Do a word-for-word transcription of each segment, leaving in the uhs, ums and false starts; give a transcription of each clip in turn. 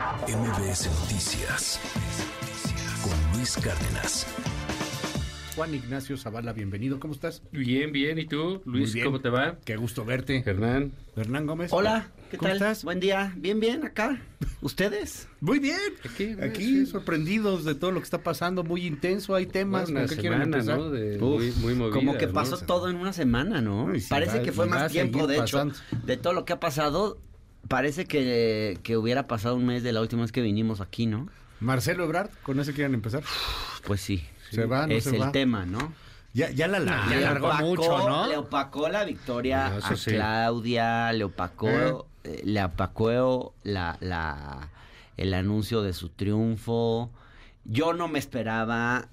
M B S Noticias con Luis Cárdenas. Juan Ignacio Zavala, bienvenido. ¿Cómo estás? Bien, bien. ¿Y tú, Luis? Bien. ¿Cómo te va? Qué gusto verte. Hernán. Hernán Gómez. Hola, ¿qué ¿Cómo tal? estás? Buen día. Bien, bien, acá. ¿Ustedes? Muy bien. Aquí, Aquí sí. sorprendidos de todo lo que está pasando. Muy intenso. Hay temas. Bueno, una ¿Con qué quieren semana, empezar? ¿no? De, Uf, muy, muy movida, Como que ¿no? pasó todo en una semana, ¿no? Uy, sí, Parece va- que fue y va a más tiempo, seguir de hecho, pasando. de todo lo que ha pasado. Parece que, que hubiera pasado un mes de la última vez que vinimos aquí, ¿no? Marcelo Ebrard, ¿con ese quieren empezar? Pues sí. ¿Se va, no es se el va? tema, ¿no? Ya, ya la, la, Ah, ya Le largó opacó- mucho, ¿no? Le opacó la victoria No, eso a sí. Claudia, le opacó, eh, le opacó la, la, el anuncio de su triunfo. Yo no me esperaba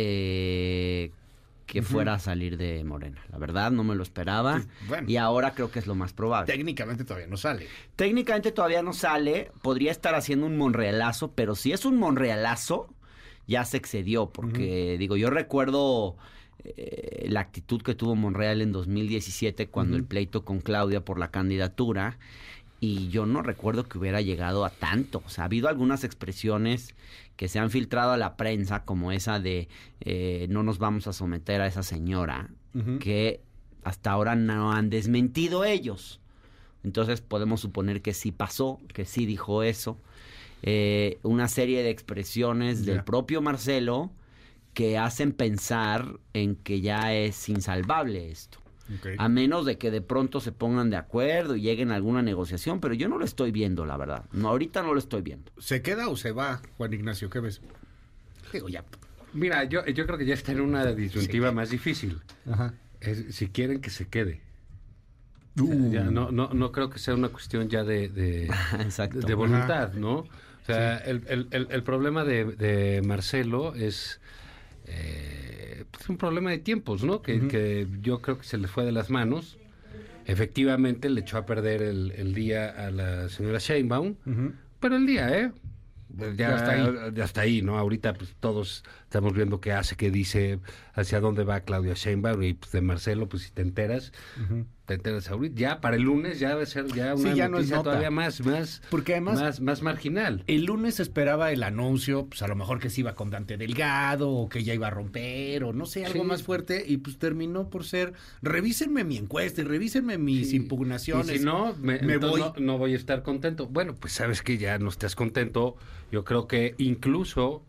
eh, que Ujú. fuera a salir de Morena. La verdad, no me lo esperaba. Sí, bueno. Y ahora creo que es lo más probable. Técnicamente todavía no sale. Técnicamente todavía no sale. Podría estar haciendo un Monrealazo, pero si es un Monrealazo, ya se excedió. Porque, digo, yo recuerdo eh, la actitud que tuvo Monreal en dos mil diecisiete cuando Ujú. el pleito con Claudia por la candidatura. Y yo no recuerdo que hubiera llegado a tanto. O sea, ha habido algunas expresiones que se han filtrado a la prensa, como esa de eh, no nos vamos a someter a esa señora, Ujú. que hasta ahora no han desmentido ellos. Entonces podemos suponer que sí pasó, que sí dijo eso. Eh, una serie de expresiones Ya. del propio Marcelo que hacen pensar en que ya es insalvable esto. Ok. A menos de que de pronto se pongan de acuerdo y lleguen a alguna negociación, pero yo no lo estoy viendo, la verdad. No, ahorita no lo estoy viendo. ¿Se queda o se va, Juan Ignacio? ¿Qué ves? Digo, ya. Mira, yo, yo creo que ya está en una disyuntiva Sí. más difícil. Ajá. Es, si quieren que se quede. Uh. Ya, no, no, no creo que sea una cuestión ya de, de, Exacto. de voluntad, ¿no? O sea, el, el, el, el problema de, de Marcelo es eh, pues un problema de tiempos, ¿no? Que, Ujú. que yo creo que se le fue de las manos. Efectivamente, le echó a perder el, el día a la señora Sheinbaum, Ujú. pero el día, ¿eh? Ya, Ya está ahí. ya está ahí, ¿no? Ahorita pues todos estamos viendo qué hace, qué dice, hacia dónde va Claudia Sheinbaum, y pues, de Marcelo, pues si te enteras, Ujú. te enteras ahorita. Ya para el lunes ya debe ser ya una Sí, ya no es noticia nota. todavía más, más, Porque además- más, más marginal. El lunes se esperaba el anuncio, pues a lo mejor que se iba con Dante Delgado, o que ya iba a romper, o no sé, algo Sí. más fuerte, y pues terminó por ser, revísenme mi encuesta y revísenme mis Sí. impugnaciones. Y si no, me, me entonces voy. No, no voy a estar contento. Bueno, pues sabes que ya no estás contento. Yo creo que incluso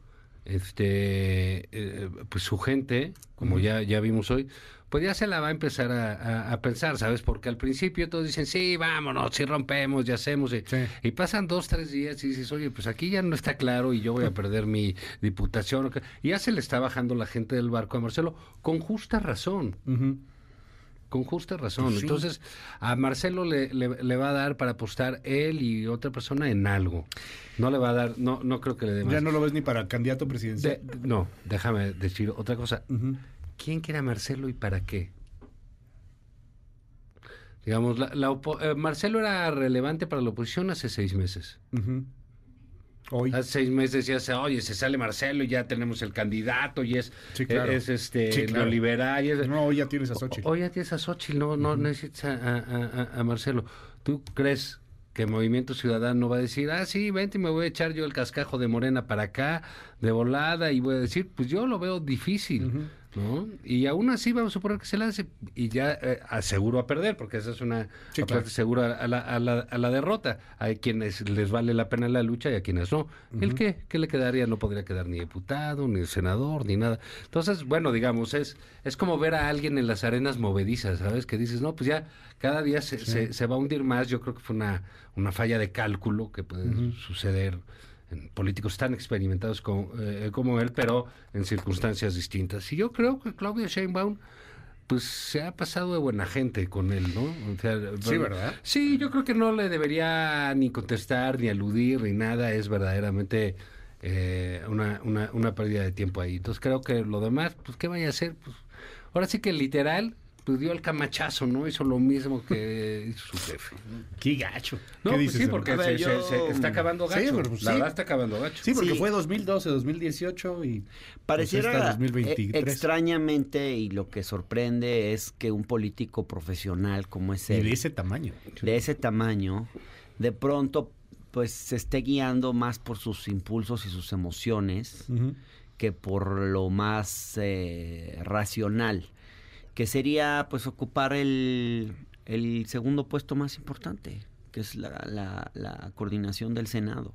este eh, pues su gente, como Ujú. ya, ya vimos hoy, pues ya se la va a empezar a, a- a pensar, ¿sabes? Porque al principio todos dicen, sí, vámonos, sí rompemos, ya hacemos. Y, Sí. y pasan dos, tres días y dices, oye, pues aquí ya no está claro y yo voy a perder mi diputación. ok. Y ya se le está bajando la gente del barco a Marcelo, con justa razón. Ujú. Con justa razón. Pues sí. Entonces, a Marcelo le, le, le va a dar para apostar él y otra persona en algo. No le va a dar, no, no creo que le dé más. Ya no lo ves ni para candidato presidencial. De- no, déjame decir otra cosa. Ujú. ¿Quién quiere a Marcelo y para qué? Digamos, la, la opo- eh, Marcelo era relevante para la oposición hace seis meses. Ujú. Hoy. Hace seis meses ya se, oye, se sale Marcelo y ya tenemos el candidato y es, Sí, claro. es este Sí, claro. neoliberal. Y es, No, hoy ya tienes a Xochitl. Hoy ya tienes a Xochitl, no, no necesitas a, a- a- a Marcelo. ¿Tú crees que Movimiento Ciudadano va a decir, ah, sí, vente y me voy a echar yo el cascajo de Morena para acá, de volada, y voy a decir, pues yo lo veo difícil, Ujú. ¿no? Y aún así vamos a suponer que se lance y ya eh, aseguro a perder, porque esa es una Sí, aparte claro. segura a la, a, la, a la derrota. Hay quienes les vale la pena la lucha y a quienes no. ¿El qué? ¿Qué le quedaría? No podría quedar ni diputado, ni senador, ni nada. Entonces, bueno, digamos, es, es como ver a alguien en las arenas movedizas, ¿sabes? Que dices, no, pues ya cada día se, se, se va a hundir más. Yo creo que fue una, una falla de cálculo que puede Ujú. suceder en políticos tan experimentados como, eh, como él, pero en circunstancias distintas. Y yo creo que Claudia Sheinbaum pues se ha pasado de buena gente con él, ¿no? O sea, Sí, ¿verdad? Sí, yo creo que no le debería ni contestar, ni aludir, ni nada. Es verdaderamente eh, una, una, una pérdida de tiempo ahí. Entonces creo que lo demás, pues, ¿qué vaya a hacer? Pues, ahora sí que literal, pues dio el camachazo, ¿no? Hizo lo mismo que hizo su jefe. Qué gacho. No, ¿Qué pues dices, sí, hermano? porque A ver, se, yo- se- se está acabando Sí, gacho. pero, pues, la sí. verdad está acabando gacho. Sí, porque Sí. fue dos mil doce, dos mil dieciocho y Pareciera pues, esta dos mil eh, veintitrés. extrañamente, y lo que sorprende es que un político profesional como es Y él, de ese tamaño. de ese tamaño, de pronto pues se esté guiando más por sus impulsos y sus emociones uh-huh. que por lo más eh, racional, que sería pues ocupar el, el segundo puesto más importante, que es la, la, la coordinación del Senado.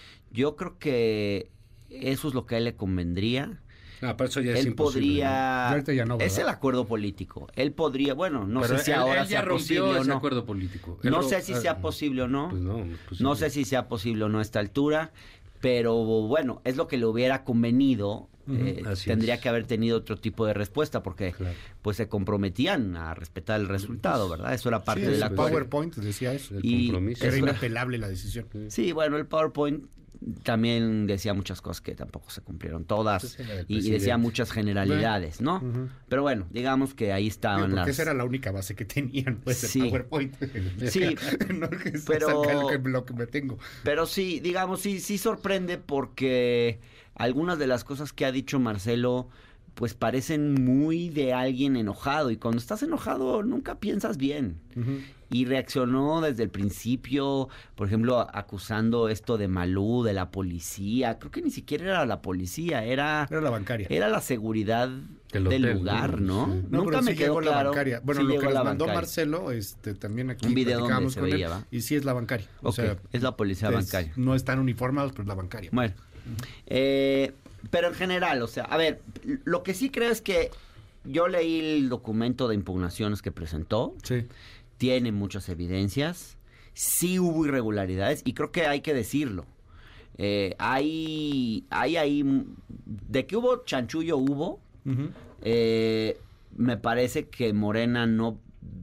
Yo creo que eso es lo que a él le convendría. Ah, pero eso ya es él imposible. Podría, ¿no? Ya no, es el acuerdo político. Él podría, bueno, no pero sé si él, ahora él ya sea posible o ese no. acuerdo político. Él no ro- sé si sea posible o no. Pues no, no, es posible. No sé si sea posible o no a esta altura, pero bueno, es lo que le hubiera convenido. Uh-huh. Eh, tendría es. que haber tenido otro tipo de respuesta porque claro. pues se comprometían a respetar el resultado, ¿verdad? Eso era parte sí, de la el PowerPoint decía eso, el y compromiso. Era inapelable la decisión. Sí, bueno, el PowerPoint también decía muchas cosas que tampoco se cumplieron todas y, y decía muchas generalidades, ¿no? Uh-huh. Pero bueno, digamos que ahí estaban sí, porque las... esa era la única base que tenían, pues, sí. el PowerPoint. Sí, no, que pero... Lo que, lo que me tengo. Pero sí, digamos, sí, sí sorprende porque algunas de las cosas que ha dicho Marcelo pues parecen muy de alguien enojado y cuando estás enojado nunca piensas bien. Uh-huh. Y reaccionó desde el principio, por ejemplo, acusando esto de Malú, de la policía. Creo que ni siquiera era la policía, era... Era la bancaria. Era la seguridad del, del hotel, lugar, ¿no? Sí. No, nunca me sí quedó claro. La bancaria. Bueno, sí lo que nos mandó bancaria. Marcelo, este, también aquí un video donde se con veía, él, ¿va? y sí es la bancaria. O okay. sea, es la policía es, bancaria. No están uniformados, pero es la bancaria. Bueno, uh-huh. eh, pero en general, o sea, a ver, lo que sí creo es que yo leí el documento de impugnaciones que presentó. Sí. Tiene muchas evidencias. Sí hubo irregularidades y creo que hay que decirlo. Eh, hay, hay ahí... De que hubo chanchullo, hubo. Uh-huh. Eh, me parece que Morena no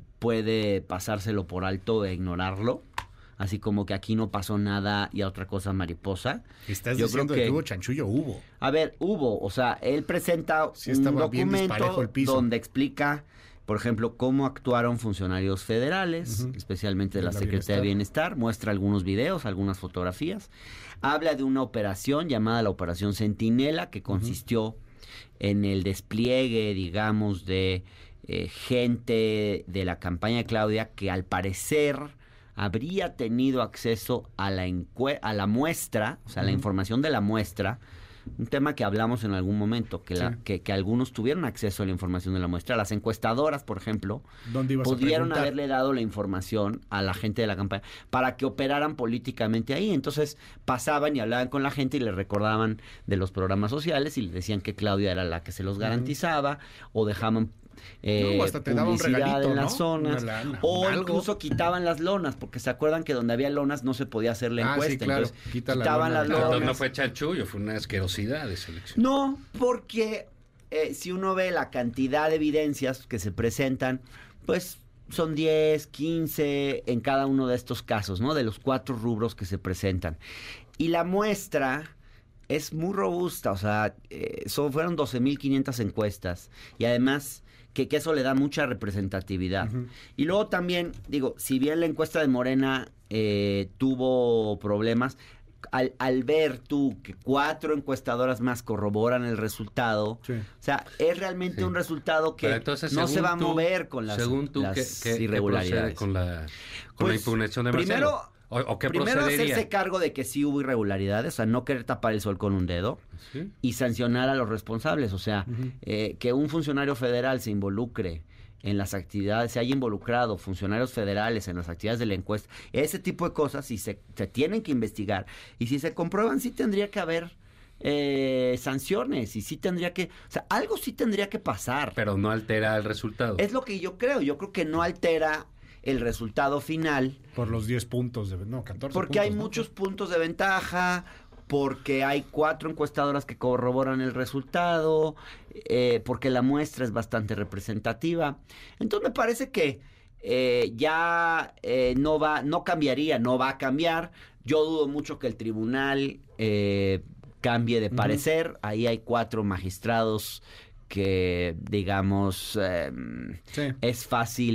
puede pasárselo por alto e ignorarlo. Así como que aquí no pasó nada y a otra cosa mariposa. ¿Estás Yo diciendo creo que, que hubo chanchullo? Hubo. A ver, hubo. O sea, él presenta sí, un documento donde explica, por ejemplo, cómo actuaron funcionarios federales, uh-huh. especialmente de la, la Secretaría de Bienestar. Muestra algunos videos, algunas fotografías. Habla de una operación llamada la Operación Centinela, que consistió uh-huh. en el despliegue, digamos, de eh, gente de la campaña de Claudia que al parecer habría tenido acceso a la encue- a la muestra, o sea, uh-huh. la información de la muestra, un tema que hablamos en algún momento, que, la, sí. que, que algunos tuvieron acceso a la información de la muestra. Las encuestadoras, por ejemplo, pudieron haberle dado la información a la gente de la campaña para que operaran políticamente ahí. Entonces pasaban y hablaban con la gente y le recordaban de los programas sociales y le decían que Claudia era la que se los garantizaba uh-huh. o dejaban Eh, no, hasta te daba un regalito, en ¿no? las zonas lana, o algo. Incluso quitaban las lonas porque se acuerdan que donde había lonas no se podía hacer la ah, encuesta, sí, claro. entonces Quita quitaban la las lona. lonas. No, no fue chanchullo, fue una asquerosidad de selección. No, porque eh, si uno ve la cantidad de evidencias que se presentan, pues son diez, quince en cada uno de estos casos, ¿no? De los cuatro rubros que se presentan. Y la muestra es muy robusta, o sea, eh, son, fueron doce mil quinientas encuestas y además que, que eso le da mucha representatividad. Uh-huh. Y luego también, digo, si bien la encuesta de Morena eh, tuvo problemas, al, al ver tú que cuatro encuestadoras más corroboran el resultado, sí. o sea, es realmente sí. un resultado que entonces, no se va a tú, mover con las, según tú, las ¿qué, qué, irregularidades. ¿qué con la, con pues, la impugnación de Marcelo? Primero, ¿O, o qué Primero procedería? hacerse cargo de que sí hubo irregularidades, o sea, no querer tapar el sol con un dedo ¿sí? y sancionar a los responsables, o sea, uh-huh. eh, que un funcionario federal se involucre en las actividades, se haya involucrado funcionarios federales en las actividades de la encuesta, ese tipo de cosas sí se, se tienen que investigar y si se comprueban sí tendría que haber eh, sanciones y sí tendría que, o sea, algo sí tendría que pasar. Pero no altera el resultado. Es lo que yo creo, yo creo que no altera el resultado final. Por los diez puntos, de, no, catorce Porque puntos, hay ¿no? muchos puntos de ventaja, porque hay cuatro encuestadoras que corroboran el resultado, eh, porque la muestra es bastante representativa. Entonces me parece que eh, ya eh, no va, no cambiaría, no va a cambiar. Yo dudo mucho que el tribunal eh, cambie de parecer. Uh-huh. Ahí hay cuatro magistrados que, digamos, eh, sí. es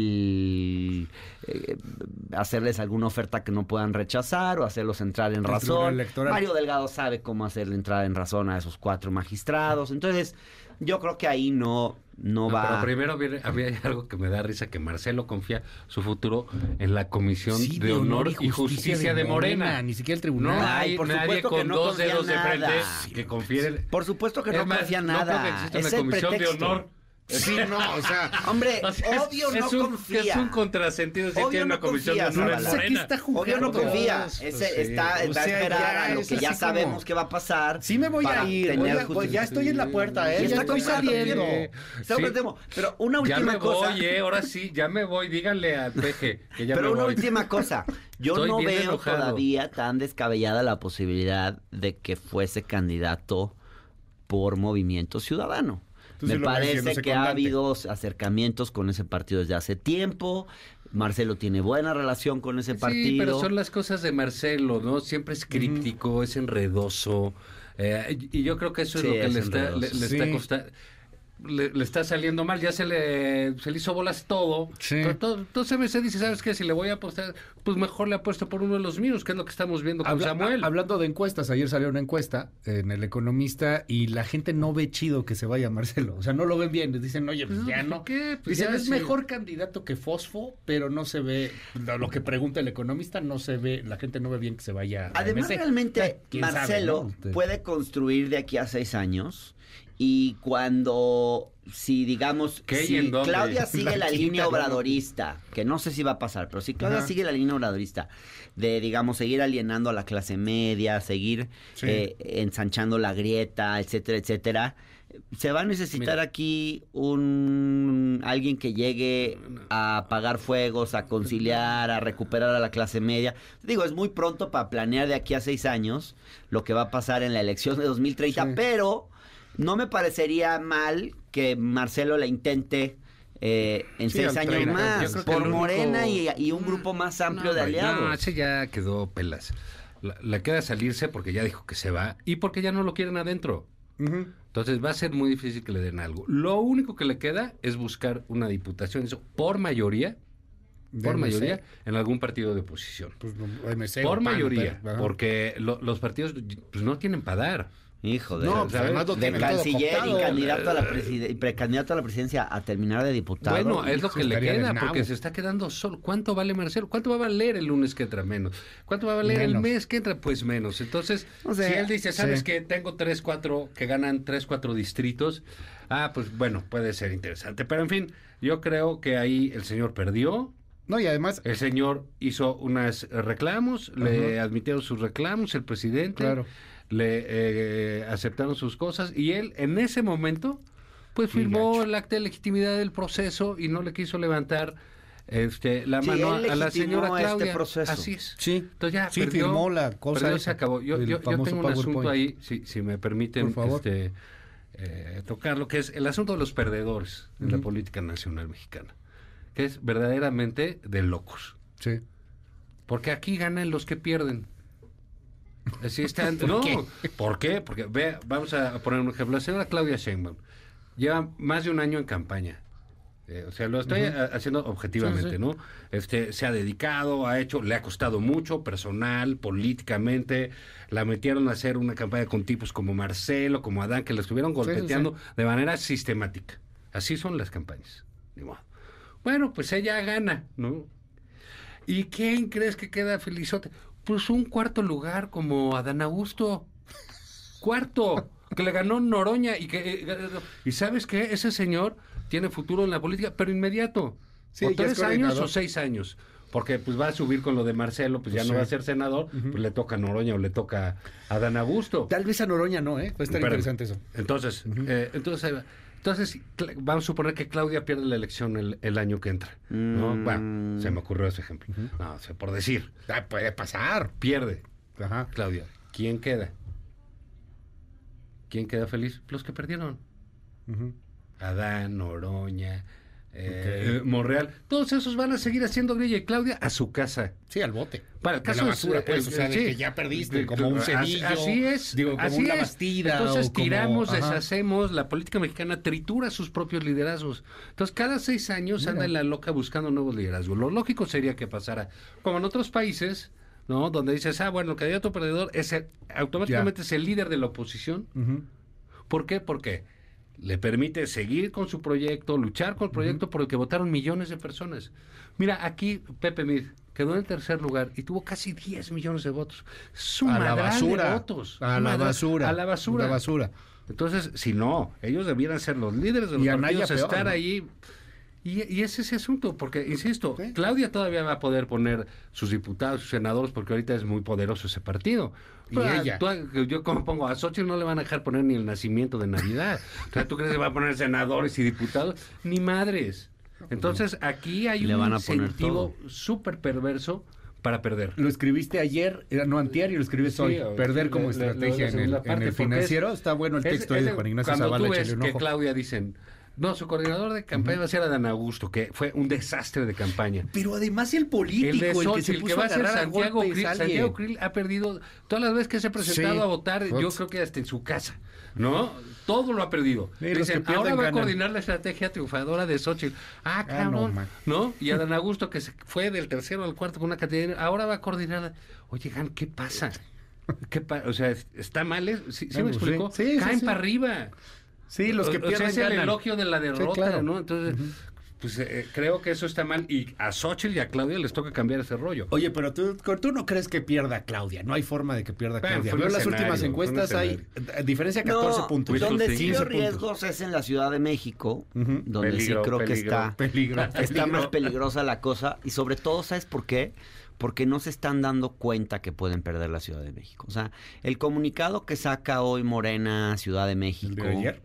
fácil eh, hacerles alguna oferta que no puedan rechazar o hacerlos entrar en razón. Mario Delgado sabe cómo hacerle entrar en razón a esos cuatro magistrados. Entonces, yo creo que ahí no, no, No, va... pero primero viene, había algo que me da risa, que Marcelo confía su futuro en la Comisión Sí, de Honor y Justicia de Morena. Ni siquiera el No tribunal. Ay, hay por nadie supuesto que con no dos confía dedos de frente nada. que confiere. Por supuesto que no Es más, confía no creo que nada. exista Es una el Comisión de pretexto. Honor. Sí, no, o sea... Hombre, O sea, es- obvio no es un, confía. Es un contrasentido si Obvio tiene no una Comisión confía, de Honor en Zavala. sé qué Morena. está jugando. Obvio no confía. Pues, Ese sí. está, O va a sea, esperar ya a lo es que ya así como- sabemos que va a pasar. Sí me voy para a ir, tener voy a- voy- justicia. ya estoy en la puerta, ¿eh? Y Ya está estoy comprando, saliendo. fíjate. Está Sí. comprando. Pero una Ya última me cosa. voy, eh, ahora sí, ya me voy. Díganle al peje que ya Pero me una voy. última cosa. Yo Estoy no bien veo enojado. todavía tan descabellada la posibilidad de que fuese candidato por Movimiento Ciudadano. Tú Me sí lo ves parece yéndose que con ha Dante. habido acercamientos con ese partido desde hace tiempo. Marcelo tiene buena relación con ese partido. Sí, pero son las cosas de Marcelo, ¿no? Siempre es críptico, es enredoso. eh, y y yo creo que eso Sí, es lo que es le está, le, enredoso. le Sí. está costando. Le, le está saliendo mal, ya se le, se le hizo bolas todo. Sí. Pero todo- Entonces a veces dice, ¿sabes qué? Si le voy a apostar, pues mejor le apuesto por uno de los míos, que es lo que estamos viendo con Habla- Samuel. a- hablando de encuestas, ayer salió una encuesta en El Economista y la gente no ve chido que se vaya Marcelo. O sea, no lo ven bien. Dicen, oye, pues No, ya ¿por no. qué? Pues Dicen, ya es sí. mejor candidato que Fosfo, pero no se ve, lo lo que pregunta El Economista, no se ve, la gente no ve bien que se vaya a Además, M C. realmente, Eh, quién sabe, Marcelo ¿no? Usted- puede construir de aquí a seis años. Y cuando, si digamos, ¿Qué y si en dónde? Claudia sigue la La línea quinta, ¿no? obradorista, que no sé si va a pasar, pero si Claudia Ajá. sigue la línea obradorista de, digamos, seguir alienando a la clase media, seguir Sí. eh, ensanchando la grieta, etcétera, etcétera, se va a necesitar Mira. aquí un alguien que llegue a apagar fuegos, a conciliar, a recuperar a la clase media. Digo, es muy pronto para planear de aquí a seis años lo que va a pasar en la elección de dos mil treinta, Sí. pero no me parecería mal que Marcelo la intente eh, en Sí, seis al años treinta. más, Yo creo que por el único- Morena y, y un grupo más amplio No, de güey, aliados. No, ese ya quedó pelas. La- Le queda salirse porque ya dijo que se va y porque ya no lo quieren adentro. Ujú. Entonces va a ser muy difícil que le den algo. Lo único que le queda es buscar una diputación, eso por mayoría, De por M C. mayoría, en algún partido de oposición. Pues, no, M C Por o P A N, mayoría, pero- ajá. porque lo- los partidos pues, no tienen para dar. Hijo de, No, pues, ¿sabes? además lo de tienen todo canciller y cooptado. candidato a la preside- y precandidato a la presidencia a terminar de diputado. Bueno, es lo hijo, que le estaría de queda, nabo. porque se está quedando solo. ¿Cuánto vale Marcelo? ¿Cuánto va a valer el lunes que entra? Menos. ¿Cuánto va a valer el Menos. mes que entra? Pues menos. Entonces, O sea, si él dice, ¿sabes sí. qué? Tengo tres, cuatro, que ganan tres, cuatro distritos. Ah, pues bueno, puede ser interesante. Pero en fin, yo creo que ahí el señor perdió. No, y además, El señor hizo unos reclamos, le admitieron sus reclamos, el presidente, Claro. le eh, aceptaron sus cosas y él en ese momento pues Qué firmó gacho. el acta de legitimidad del proceso y no le quiso levantar este la Sí, mano él a la legitimó señora este Claudia. proceso. Así es. sí, Entonces ya sí perdió, firmó la cosa perdió, esa, se acabó. Yo, el yo, yo famoso tengo un asunto PowerPoint. ahí, si, si me permiten Por favor. este eh, tocarlo, que es el asunto de los perdedores en la Ujú. política nacional mexicana, que es verdaderamente de locos. sí. Porque aquí ganan los que pierden. Así están. ¿Por no, qué? ¿por qué? Porque ve, vamos a poner un ejemplo. La señora Claudia Sheinbaum lleva más de un año en campaña. Eh, o sea, lo estoy a- haciendo objetivamente, Sí, sí. ¿no? Este, se ha dedicado, ha hecho, le ha costado mucho, personal, políticamente. La metieron a hacer una campaña con tipos como Marcelo, como Adán, que la estuvieron Sí, sí, golpeteando de manera sistemática. Así son las campañas. Ni modo. Bueno, pues ella gana, ¿no? ¿Y quién crees que queda felizote? Pues un cuarto lugar como Adán Augusto. Cuarto. Que le ganó Noroña. Y que eh, y ¿sabes qué? Ese señor tiene futuro en la política, pero inmediato. Sí, o ya es tres años coordinador. o seis años. Porque pues va a subir con lo de Marcelo, pues, Pues ya no sí. va a ser senador, pues le toca a Noroña o le toca a Adán Augusto. Tal vez a Noroña no, ¿eh? Va a estar Espérame. interesante eso. Entonces, eh, entonces, ahí va. entonces cl- vamos a suponer que Claudia pierde la elección el, el año que entra, ¿no? Mm. Bueno, se me ocurrió ese ejemplo. No, o sea, por decir, Ah, puede pasar. pierde Ajá. Claudia. ¿Quién queda? ¿Quién queda feliz? Los que perdieron. Ujú. Adán, Noroña, eh, Ok. eh, Monreal. Todos esos van a seguir haciendo grilla y Claudia a su casa. Sí, al bote. Para el De la caso basura, es, pues, eh, o sea, de sí. que ya perdiste, De- como un así- Cedillo. Así es. Digo, como así una es. Bastida. Entonces o como- tiramos, ajá. deshacemos, la política mexicana tritura sus propios liderazgos. Entonces cada seis años Mira. anda en la loca buscando nuevos liderazgos. Lo lógico sería que pasara, como en otros países, ¿no? Donde dices, ah, bueno, el candidato perdedor es el- automáticamente es el líder de la oposición. Ujú. ¿Por qué? Porque le permite seguir con su proyecto, luchar con el proyecto uh-huh. por el que votaron millones de personas. Mira, aquí Pepe Mir quedó en tercer lugar y tuvo casi diez millones de votos. Su a la basura, de votos. A la basura. A la basura. A la basura. Entonces, si no, ellos debieran ser los líderes de los y partidos, peor, estar ¿no? ahí. Y, y ese es ese asunto, porque, insisto, ¿sí? Claudia todavía va a poder poner sus diputados, sus senadores, porque ahorita es muy poderoso ese partido. Y Pero, ella. Tú, yo como pongo, a Xochitl no le van a dejar poner ni el nacimiento de Navidad. O sea, ¿tú crees que va a poner senadores y diputados? Ni madres. Entonces, aquí hay le un van a poner incentivo súper perverso para perder. Lo escribiste ayer, era no antier, y lo escribiste hoy. Sí, perder sí, como la- estrategia la- la en el, parte, en el porque financiero. es- Está bueno el Es- texto es ahí de- de Juan Ignacio cuando Zavala, tú ves échale un que ojo. Claudia dicen, no, su coordinador de campaña va a ser Adán Augusto, que fue un desastre de campaña. Pero además el político, El de el, que se Xochitl, puso que va a a ser agarrar a Santiago golpes Krill. a alguien. Santiago Krill ha perdido todas las veces que se ha presentado Sí. a votar, yo Ups. creo que hasta en su casa, ¿no? Todo lo ha perdido. Sí, los Dicen, que pierden ahora va a ganan. coordinar la estrategia triunfadora de Xochitl. Ah, Ah, cabrón, no, man. ¿no? Y Adán Augusto, que se fue del tercero al cuarto con una cantidad de dinero, ahora va a coordinar. Oye, Gan, ¿qué pasa? ¿Qué pa- o sea, ¿está mal? ¿Sí, sí Ah, me pues, explico? sí. Sí, sí, Caen sí. para arriba. Sí, los que O- o sea, pierden es el ganan. elogio de la derrota, claro. ¿no? Entonces, pues eh, creo que eso está mal. Y a Xochitl y a Claudia les toca cambiar ese rollo. Oye, pero tú, tú no crees que pierda Claudia. No hay forma de que pierda Bueno, Claudia. fue un Veo las escenario, últimas fue un encuestas, hay escenario. eh, diferencia catorce No, puntos. Wishful donde thinking. sí quince veo puntos. riesgos es en la Ciudad de México, Ujú. donde Peligro, sí creo que peligro. está, Peligro, está peligro. más peligrosa la cosa. Y sobre todo, ¿sabes por qué? Porque no se están dando cuenta que pueden perder la Ciudad de México. O sea, el comunicado que saca hoy Morena, Ciudad de México, ¿El de ayer?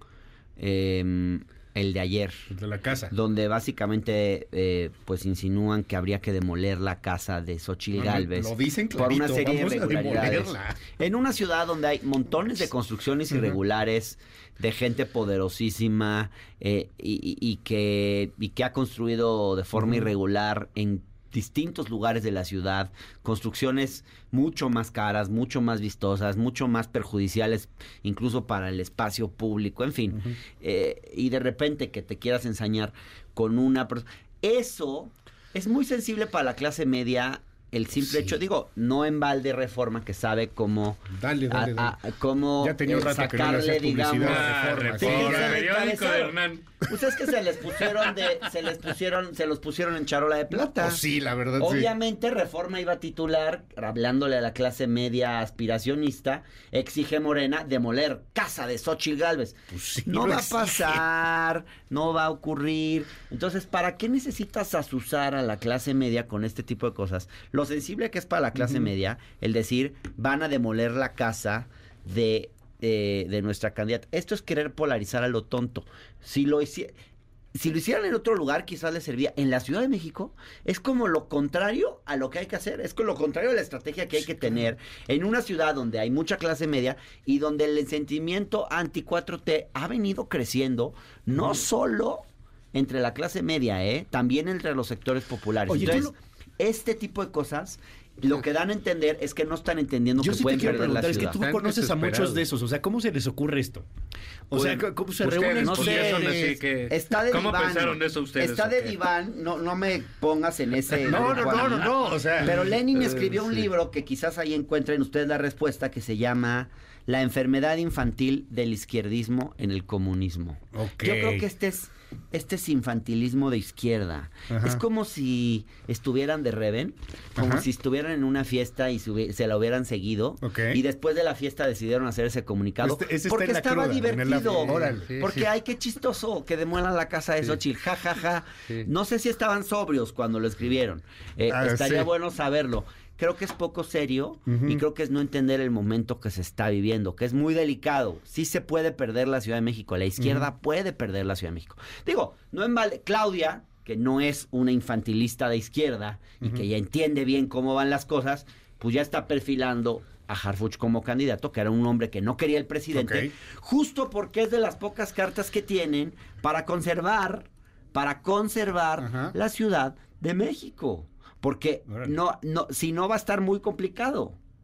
eh, el de ayer, El de la casa. donde básicamente eh, pues insinúan que habría que demoler la casa de Xochitl No, no, Gálvez lo dicen por una clarito, serie de vamos a irregularidades. demolerla. En una ciudad donde hay montones de construcciones irregulares, de gente poderosísima eh, y, y- y que, y que ha construido de forma irregular en distintos lugares de la ciudad, construcciones mucho más caras, mucho más vistosas, mucho más perjudiciales incluso para el espacio público, en fin. Eh, y de repente que te quieras ensañar con una persona. Eso es muy sensible para la clase media. El simple Sí. hecho, digo, no en balde Reforma, que sabe cómo, Dale, dale, a- dale. a- cómo Ya tenía un eh, rato que no le sacarle, hacía publicidad. digamos, Ah, Reforma, Fíjense Reforma. en el periódico de cabezal. Hernán. Pues es que se les pusieron de, se les pusieron, se los pusieron en charola de plata. Pues sí, la verdad, sí. Obviamente Reforma iba a titular, hablándole a la clase media aspiracionista, exige Morena demoler casa de Xochitl Gálvez. Pues sí, no lo va exige. a pasar, no va a ocurrir. Entonces, ¿para qué necesitas asusar a la clase media con este tipo de cosas? Lo sensible que es para la clase media, el decir, van a demoler la casa de, eh, de nuestra candidata. Esto es querer polarizar a lo tonto. Si lo hicieran... Si lo hicieran en otro lugar, quizás les servía. En la Ciudad de México es como lo contrario a lo que hay que hacer. Es como lo contrario a la estrategia que hay que tener en una ciudad donde hay mucha clase media y donde el sentimiento anti cuatro T ha venido creciendo, no solo entre la clase media, ¿eh? También entre los sectores populares. Oye, tú Entonces, este tipo de cosas lo que dan a entender es que no están entendiendo Yo que sí te pueden quiero perder la preguntar, es que ciudad. tú Están conoces a muchos desesperados. de esos, o sea, ¿cómo se les ocurre esto? O sea, Pues, ¿cómo se ustedes reúnen? no sé, pusieron así que- Está de ¿Cómo diván. pensaron eso ustedes? Está o de qué? diván, no, no me pongas en ese... No, no, grupo a no, mí. no, no, o sea... Pero Lenin Eh, escribió un sí. libro que quizás ahí encuentren ustedes la respuesta, que se llama La enfermedad infantil del izquierdismo en el comunismo. Ok. Yo creo que este es, este es infantilismo de izquierda. Ajá. Es como si estuvieran de Reven, como Ajá. si estuvieran en una fiesta y se, hubi- se la hubieran seguido, Ok. y después de la fiesta decidieron hacer ese comunicado, Este- ese está porque en la estaba cruda, en el divertido. after. Órale. Sí, Porque, sí. ay, qué chistoso que demuelan la casa de Xochitl, ja, ja, ja. Sí. No sé si estaban sobrios cuando lo escribieron. Eh, Ah, estaría sí. bueno saberlo. Creo que es poco serio Ujú. y creo que es no entender el momento que se está viviendo, que es muy delicado. Sí se puede perder la Ciudad de México, la izquierda puede perder la Ciudad de México. Digo, no en balde, Claudia, que no es una infantilista de izquierda y que ya entiende bien cómo van las cosas, pues ya está perfilando a Harfuch como candidato, que era un hombre que no quería el presidente, Ok. justo porque es de las pocas cartas que tienen para conservar, para conservar Ajá. la Ciudad de México. Porque Órale. no, no, si no va a estar muy complicado.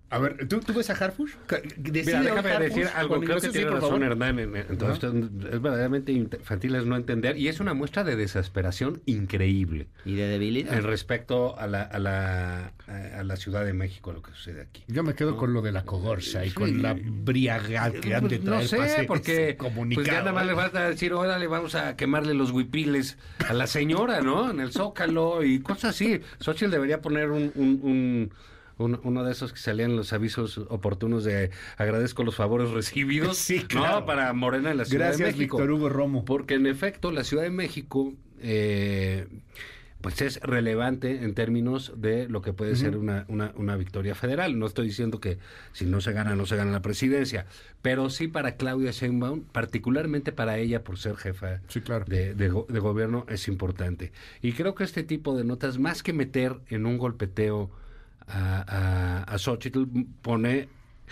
A ver, ¿tú, tú ves a Harfuch? Mira, déjame decir algo. Creo que tiene razón Hernán en, en todo esto. Es verdaderamente infantil, es no entender. Y es una muestra de desesperación increíble. Y de debilidad. En respecto a la, a la, a la Ciudad de México, lo que sucede aquí. Yo me quedo ¿no? con lo de la cogorza y sí. con la briagad que han de traer. No sé, porque pues ya nada más le vas a decir, órale, vamos a quemarle los huipiles a la señora, ¿no? En el Zócalo y cosas así. Xochitl debería poner un... un, un Uno, uno de esos que salían los avisos oportunos de agradezco los favores recibidos, sí, claro. ¿no? Para Morena en la Ciudad Gracias, de México. Víctor Hugo Romo. Porque en efecto la Ciudad de México eh, pues es relevante en términos de lo que puede uh-huh. ser una, una, una victoria federal. No estoy diciendo que si no se gana, no se gana la presidencia, pero sí para Claudia Sheinbaum, particularmente para ella por ser jefa sí, claro. de, de, de gobierno, es importante. Y creo que este tipo de notas, más que meter en un golpeteo A, a, a Xochitl, pone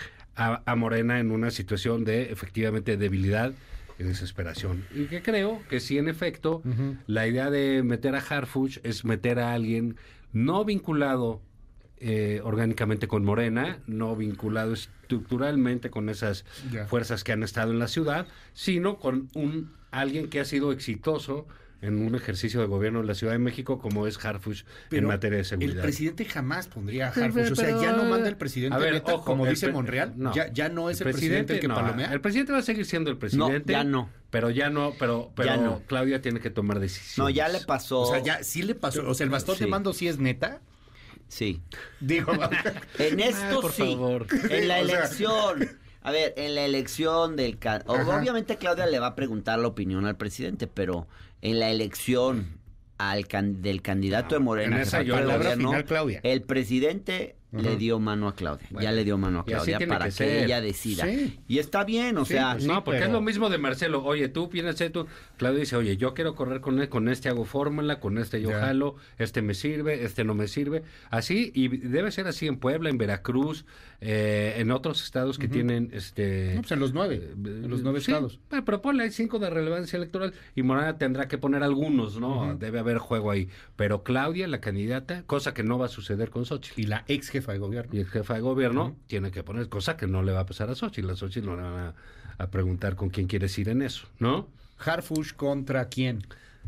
a, a Morena en una situación de efectivamente debilidad y desesperación. Y que creo que sí, en efecto, uh-huh. la idea de meter a Harfuch es meter a alguien no vinculado eh, orgánicamente con Morena, no vinculado estructuralmente con esas yeah. fuerzas que han estado en la ciudad, sino con un alguien que ha sido exitoso en un ejercicio de gobierno en la Ciudad de México como es Harfuch en materia de seguridad. El presidente jamás pondría a Harfuch, o sea, ya no manda el presidente ver, neta, ojo, como el dice pre- Monreal, no, ya, ya no es el, el presidente, presidente el que no, palomea. El presidente va a seguir siendo el presidente. No, ya no. Pero ya no, pero, pero ya no. Claudia tiene que tomar decisiones. No, ya le pasó. O sea, ya sí le pasó, o sea, el bastón sí. de mando sí es neta. Sí. Digo, en esto Ay, por sí. favor. En la o sea, elección. A ver, en la elección del... Can... Obviamente Claudia le va a preguntar la opinión al presidente, pero en la elección al can... del candidato no, de Morena... En esa yo la gobierno, final, Claudia. El presidente uh-huh. le dio mano a Claudia. Bueno, ya le dio mano a Claudia para que, que ella decida. Sí. Y está bien, o sí, sea... Pues no, porque pero... es lo mismo de Marcelo. Oye, tú piensas tú... Claudia dice, oye, yo quiero correr con él, con este hago fórmula, con este yo ya. jalo, este me sirve, este no me sirve. Así, y debe ser así en Puebla, en Veracruz, eh, en otros estados que uh-huh. tienen... este no, pues en los nueve, eh, en los nueve sí, estados. Pero ponle, hay cinco de relevancia electoral y Morena tendrá que poner algunos, ¿no? Uh-huh. Debe haber juego ahí. Pero Claudia, la candidata, cosa que no va a suceder con Xochitl. Y la ex jefa de gobierno. Y el jefa de gobierno uh-huh. tiene que poner, cosa que no le va a pasar a Xochitl. A Xochitl no le van a, a preguntar con quién quieres ir en eso, ¿no? Harfuch contra quién?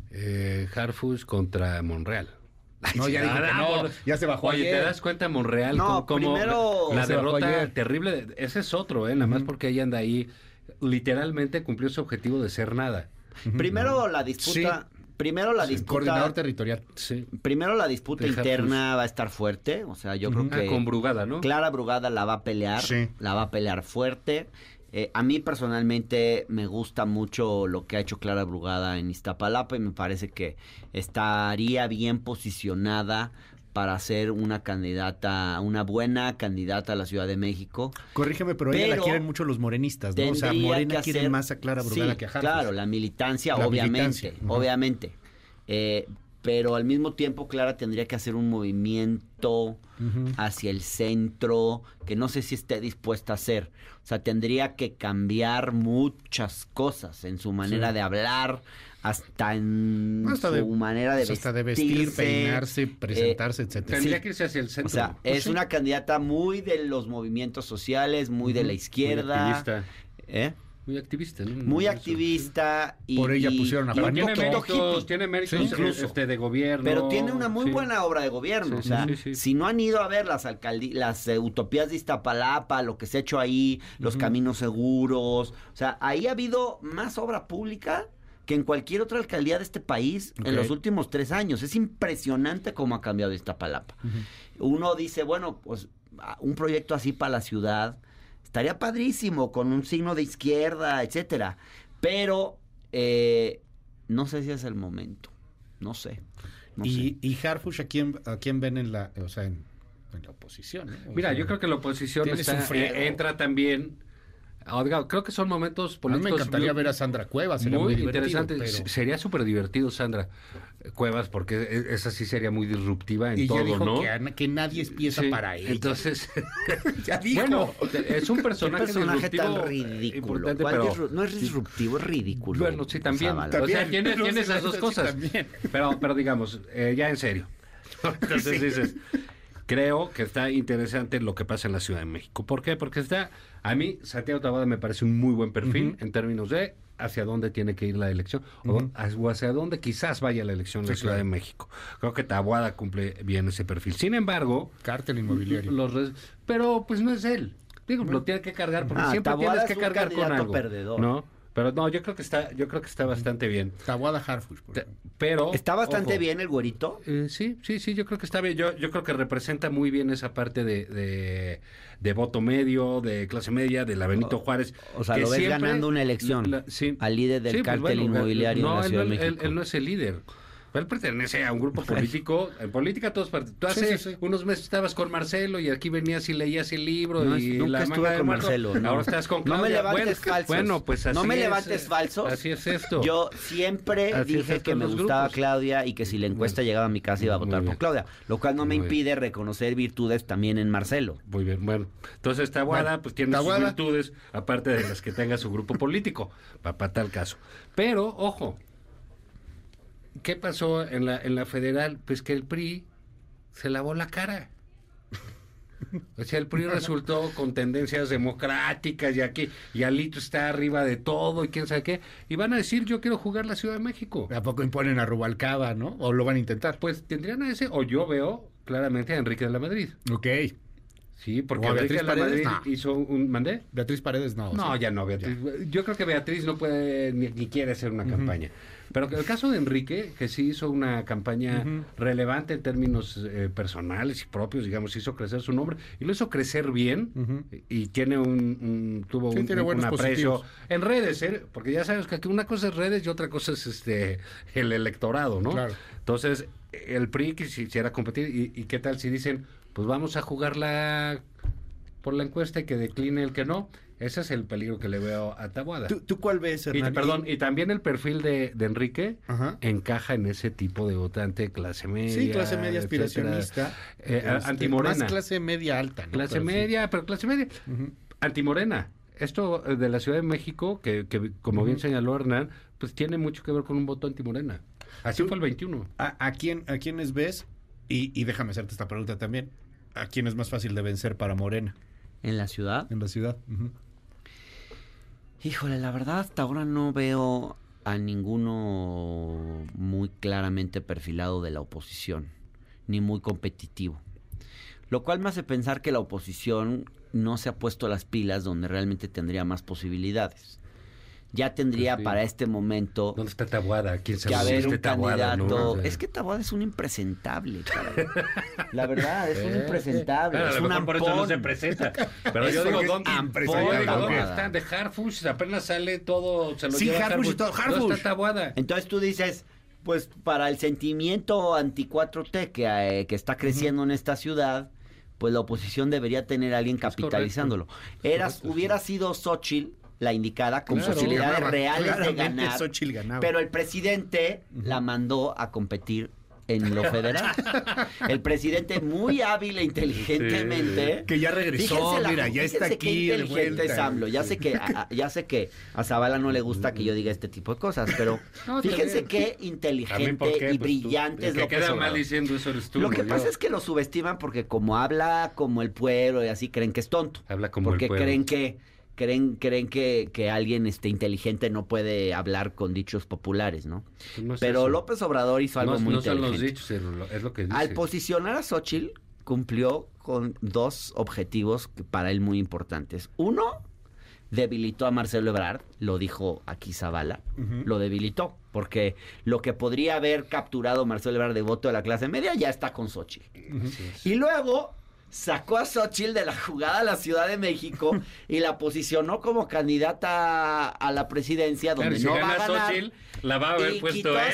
Eh, Harfuch contra Monreal. No, ya dijo que no, ya se bajó Oye, ayer. ¿te das cuenta, Monreal? No, como primero... la se derrota terrible, ese es otro, ¿eh? Nada uh-huh. más porque ella anda ahí, literalmente cumplió su objetivo de ser nada. Uh-huh. Primero la disputa... Sí. Primero la sí, disputa... Coordinador territorial. Sí. Primero la disputa de interna Harfuch. va a estar fuerte, o sea, yo uh-huh. creo que... Ah, con Brugada, ¿no? Clara Brugada la va a pelear, sí. la va a pelear fuerte. Eh, a mí personalmente me gusta mucho lo que ha hecho Clara Brugada en Iztapalapa y me parece que estaría bien posicionada para ser una candidata, una buena candidata a la Ciudad de México. Corrígeme, pero, pero ella la quieren mucho los morenistas, ¿no? O sea, Morena quiere hacer... más a Clara Brugada sí, que a Harfuch. Claro, la militancia, la obviamente, militancia. Uh-huh. obviamente. Eh, pero al mismo tiempo Clara tendría que hacer un movimiento uh-huh. hacia el centro que no sé si esté dispuesta a hacer. O sea, tendría que cambiar muchas cosas en su manera sí. de hablar, hasta en hasta su de, manera de hasta vestirse. de vestir, peinarse, presentarse, eh, etcétera. Tendría que irse hacia el centro. O sea, pues es sí. una candidata muy de los movimientos sociales, muy uh-huh. de la izquierda. Muy activista. ¿Eh? Muy activista, ¿no? Muy activista y... Por ella pusieron a Pero tiene Panito. méritos, tiene méritos sí, incluso este, de gobierno. Pero tiene una muy sí. buena obra de gobierno. Sí, o sea, sí, sí, sí. si no han ido a ver las alcaldías, las uh, utopías de Iztapalapa, lo que se ha hecho ahí, los uh-huh. caminos seguros. O sea, ahí ha habido más obra pública que en cualquier otra alcaldía de este país okay. en los últimos tres años. Es impresionante cómo ha cambiado Iztapalapa. Uh-huh. Uno dice, bueno, pues un proyecto así para la ciudad... Estaría padrísimo, con un signo de izquierda, etcétera. Pero eh, no sé si es el momento. No sé. No y, sé. y Harfuch, ¿a quién, a quién ven en la, o sea, en, en la oposición? ¿eh? Mira, sea, yo creo que la oposición está, eh, entra también... Oiga, creo que son momentos políticos... A mí me encantaría muy, ver a Sandra Cuevas. Muy, muy interesante. Pero... Sería súper divertido, Sandra Cuevas, porque esa sí sería muy disruptiva en y todo, ya dijo ¿no? Que, que nadie es pieza sí, para ella. Entonces, ya dijo. Bueno, es un personaje, personaje disruptivo tan ridículo. Pero, disru- no es disruptivo, es ridículo. Bueno, sí, también. también o sea, tiene, tiene esas dos cosas. Sí, pero, pero digamos, eh, ya en serio. Entonces sí. dices... creo que está interesante lo que pasa en la Ciudad de México. ¿Por qué? Porque está, a mí, Santiago Taboada me parece un muy buen perfil uh-huh. en términos de hacia dónde tiene que ir la elección uh-huh. o hacia dónde quizás vaya la elección de la sí, Ciudad claro. de México. Creo que Taboada cumple bien ese perfil. Sin embargo... Cártel inmobiliario. Los res, pero pues no es él. Digo, uh-huh. lo tiene que cargar porque ah, siempre Taboada tienes que cargar con algo. Perdedor. ¿No? Pero no, yo creo que está, yo creo que está bastante bien. Taboada Harfuch. Pero ¿está bastante ojo, bien el güerito? Eh, sí, sí, sí, yo creo que está bien. Yo, yo creo que representa muy bien esa parte de, de, de voto medio, de clase media, de la Benito Juárez. O, o sea, lo ves siempre, ganando una elección la, sí, al líder del sí, cártel pues bueno, inmobiliario no, en la Ciudad él, de México. Él, él no es el líder. Él pertenece a un grupo político. En política todos tú hace sí, sí, sí. unos meses estabas con Marcelo y aquí venías y leías el libro no, y nunca la estuve con Marcelo. No. Ahora estás con Claudia. No me levantes bueno, falsos. Bueno, pues así no me es, levantes falsos. Así es esto. Yo siempre así dije que me gustaba grupos. Claudia y que si la encuesta bueno, llegaba a mi casa iba a votar por Claudia, lo cual no me muy impide bien. reconocer virtudes también en Marcelo. Muy bien, bueno. Entonces Taboada bueno, pues tiene Taboada. sus virtudes aparte de las que tenga su grupo político, para pa tal caso. Pero ojo, ¿qué pasó en la en la federal? Pues que el P R I se lavó la cara. O sea, el P R I resultó con tendencias democráticas y aquí, y Alito está arriba de todo y quién sabe qué. Y van a decir, yo quiero jugar la Ciudad de México. ¿A poco imponen a Rubalcaba, no? ¿O lo van a intentar? Pues tendrían a ese, o yo veo claramente a Enrique de la Madrid. Ok. Sí, porque Enrique de la Madrid no. hizo un... ¿Mandé? Beatriz Paredes no. No, sí. ya no, Beatriz. Ya. Yo creo que Beatriz no puede ni, ni quiere hacer una uh-huh. campaña. Pero el caso de Enrique, que sí hizo una campaña uh-huh. relevante en términos eh, personales y propios, digamos, hizo crecer su nombre y lo hizo crecer bien uh-huh. y tiene un, un tuvo sí, un, tiene un aprecio positivos. en redes, ¿eh? Porque ya sabes que aquí una cosa es redes y otra cosa es este el electorado, ¿no? Claro. Entonces, el P R I quisiera competir y, y qué tal si dicen, pues vamos a jugarla por la encuesta y que decline el que no. Ese es el peligro que le veo a Taboada. ¿Tú, tú cuál ves, Hernán? Y, perdón, y también el perfil de, de Enrique Ajá. encaja en ese tipo de votante clase media. Sí, clase media aspiracionista. Eh, este, antimorena. Más clase media alta, ¿no? Clase pero media, sí. pero clase media. Uh-huh. Antimorena. Esto de la Ciudad de México, que, que como uh-huh. bien señaló Hernán, pues tiene mucho que ver con un voto antimorena. Así fue el veintiuno. ¿A, a, quién, a quiénes ves? Y, y déjame hacerte esta pregunta también. ¿A quién es más fácil de vencer para Morena? ¿En la ciudad? En la ciudad. Uh-huh. Híjole, la verdad hasta ahora no veo a ninguno muy claramente perfilado de la oposición, ni muy competitivo. Lo cual me hace pensar que la oposición no se ha puesto las pilas donde realmente tendría más posibilidades. Ya tendría pues sí. para este momento... ¿Dónde está Taboada? ¿Quién sabe que haber este un Taboada, candidato... ¿no? O sea... Es que Taboada es un impresentable, cabrón. La verdad, es un impresentable. Claro, es a lo un mejor por eso no se presenta. Pero yo digo, ¿dónde, yo digo, ¿dónde están? De Harfuch, apenas sale todo... Se lo sí, lleva Harfuch y todo. Harfuch. ¿Dónde está Taboada? Entonces tú dices... Pues para el sentimiento anti cuatro T que, eh, que está creciendo uh-huh. en esta ciudad... Pues la oposición debería tener a alguien capitalizándolo. Eras, correcto, hubiera sí. sido Xóchitl la indicada con claro, posibilidades ganaba, reales de ganar, pero el presidente uh-huh. la mandó a competir en lo federal. El presidente muy hábil e inteligentemente sí, que ya regresó, la, mira, ya está aquí de vuelta. Es AMLO. Ya sé que a, ya sé que a Zavala no le gusta que yo diga este tipo de cosas, pero no, fíjense qué inteligente qué? y pues brillante tú, es lo que queda mal diciendo eso eres tú. Lo que no pasa yo. es que lo subestiman porque como habla como el pueblo y así creen que es tonto. Habla como porque el pueblo. creen que creen creen que, que alguien este inteligente no puede hablar con dichos populares, ¿no? no es Pero eso. López Obrador hizo algo no, muy no inteligente. No son los dichos, es lo que dice. Al posicionar a Xóchitl, cumplió con dos objetivos para él muy importantes. Uno, debilitó a Marcelo Ebrard, lo dijo aquí Zavala, uh-huh. lo debilitó, porque lo que podría haber capturado Marcelo Ebrard de voto de la clase media ya está con Xóchitl. Uh-huh. Y luego... sacó a Xóchitl de la jugada a la Ciudad de México y la posicionó como candidata a la presidencia donde claro, no si va a ganar. Xochitl, la va a haber puesto él.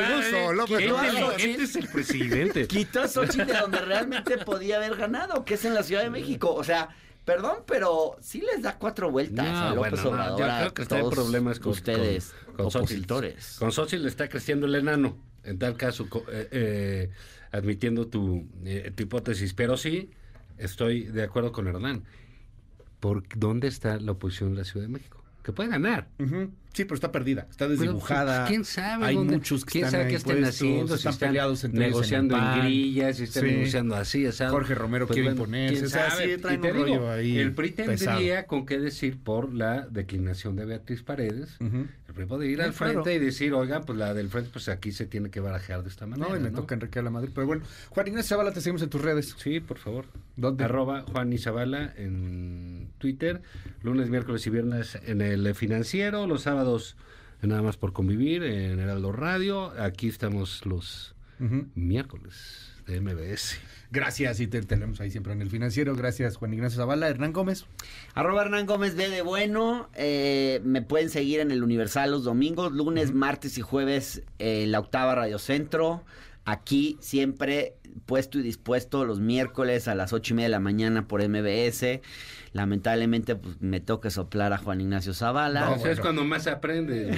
Este es el presidente. Quitó a Xóchitl de donde realmente podía haber ganado, que es en la Ciudad de México. O sea, perdón, pero sí les da cuatro vueltas no, a López bueno, Obrador. No, yo creo que está en problemas con ustedes, con, con opositores. Xóchitl. Con Xóchitl le está creciendo el enano, en tal caso, eh, eh, admitiendo tu, eh, tu hipótesis. Pero sí, estoy de acuerdo con Hernán. ¿Por dónde está la oposición en la Ciudad de México? que puede ganar. Uh-huh. Sí, pero está perdida, está Pero, desdibujada. pues, ¿quién sabe? Hay dónde, muchos que ¿Quién están sabe ahí qué estén puestos, haciendo? están si están peleados entre ellos negociando en, en, el P A N. grillas, si están Sí. negociando así, así. Jorge Romero quiere imponerse, o sea, sí, traen un rollo ahí El P R I tendría pesado. con qué decir por la declinación de Beatriz Paredes. Uh-huh. El P R I puede ir Sí, al frente claro. y decir, oigan, pues la del frente, pues aquí se tiene que barajar de esta manera. No, y me ¿no? toca Enrique de la Madrid. Pero bueno, Juan Ignacio Zavala, te seguimos en tus redes. Sí, por favor. ¿Dónde? Arroba Juan Izabala en Twitter, lunes, miércoles y viernes en el Financiero, los sábados nada más por convivir en Heraldo Radio. Aquí estamos los Uh-huh. miércoles de M B S. Gracias, y te tenemos ahí siempre en el Financiero. Gracias, Juan Ignacio Zavala. Hernán Gómez. Arroba Hernán Gómez B de bueno. Eh, me pueden seguir en el Universal los domingos, lunes, uh-huh. martes y jueves en la Octava Radio Centro. Aquí siempre puesto y dispuesto los miércoles a las ocho y media de la mañana por M B S. Lamentablemente pues me toca soplar a Juan Ignacio Zavala. No, No, eso bueno. es cuando más aprendes.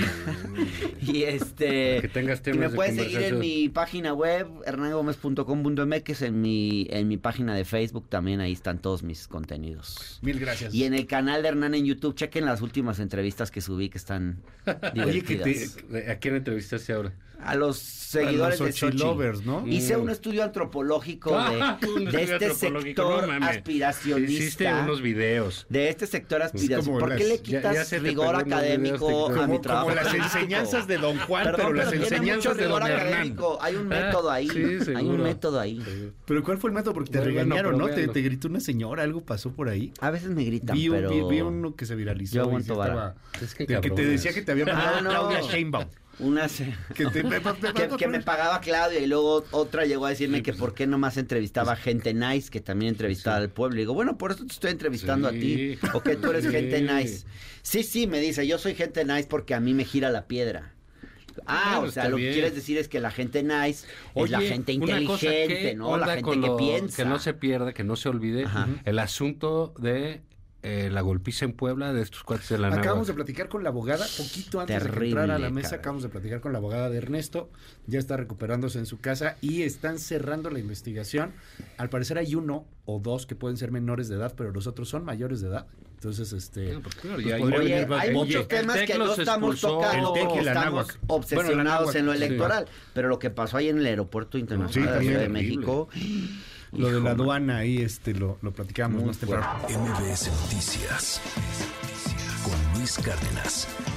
Y este Que tengas y temas me de pueden seguir en conversación. mi página web hernán gómez punto com punto m x, en mi en mi página de Facebook también, ahí están todos mis contenidos. Mil gracias. Y en el canal de Hernán en YouTube, chequen las últimas entrevistas que subí que están Oye, que divertidas. te- ¿A quién entrevistaste ahora? A los seguidores A los de Xochitl. Xochilovers, ¿no? Hice Mm. un estudio antropológico de, Ah, un de estudio este antropológico, sector no mames. aspiracionista. Hiciste unos videos. De este sector aspiracionista. como ¿Por las- qué le ya- quitas ya se te rigor perdieron los académico videos de- a mi como, trabajo? como las periodístico? enseñanzas de Don Juan, Perdón, pero las tiene mucho enseñanzas de rigor Don Hernán. académico. Hay un Ah, método ahí. sí, Hay seguro. un método ahí. Pero ¿cuál fue el método? Porque te Bueno, regañaron, pero ¿no? Te, véanlo. te gritó una señora, algo pasó por ahí. A veces me gritan, Vi, un- pero... vi- vi uno que se viralizó. Yo y sí aguanto vara. estaba- Es que de que te cabrones. decía que te había mandado Ah, no. Claudia Sheinbaum. Una se- Que, te, que, que me pagaba Claudia y luego otra llegó a decirme que por qué nomás entrevistaba gente nice, que también entrevistaba Sí. al pueblo. Y digo, bueno, por eso te estoy entrevistando Sí. a ti. O que tú eres Sí. gente nice. Sí, sí, me dice, yo soy gente nice porque a mí me gira la piedra. Ah, Claro, o sea, está lo que bien. quieres decir es que la gente nice es la Oye, gente una cosa, inteligente, ¿qué ¿no? La onda gente con que lo- piensa. Que no se pierda, que no se olvide Ajá. el asunto de eh, la golpiza en Puebla de estos cuates de la Acabamos de Náhuatl. platicar con la abogada, poquito antes de que Terrible, entrara a la mesa, cabrón. acabamos de platicar con la abogada de Ernesto, ya está recuperándose en su casa y están cerrando la investigación. Al parecer hay uno o dos que pueden ser menores de edad, pero los otros son mayores de edad. Entonces, este... Ah, pues claro, pues ya hay- podría Oye, venir más- hay Oye, muchos el temas TEC que no los estamos expulsó. tocando, El TEC y porque la estamos náhuatl. obsesionados Bueno, la náhuatl, en lo sí. electoral. Pero lo que pasó ahí en el aeropuerto internacional de la también Ciudad de terrible. México... Lo de hijo, la man. aduana ahí, este, lo, lo platicábamos Muy más temprano. M B S Noticias con Luis Cárdenas.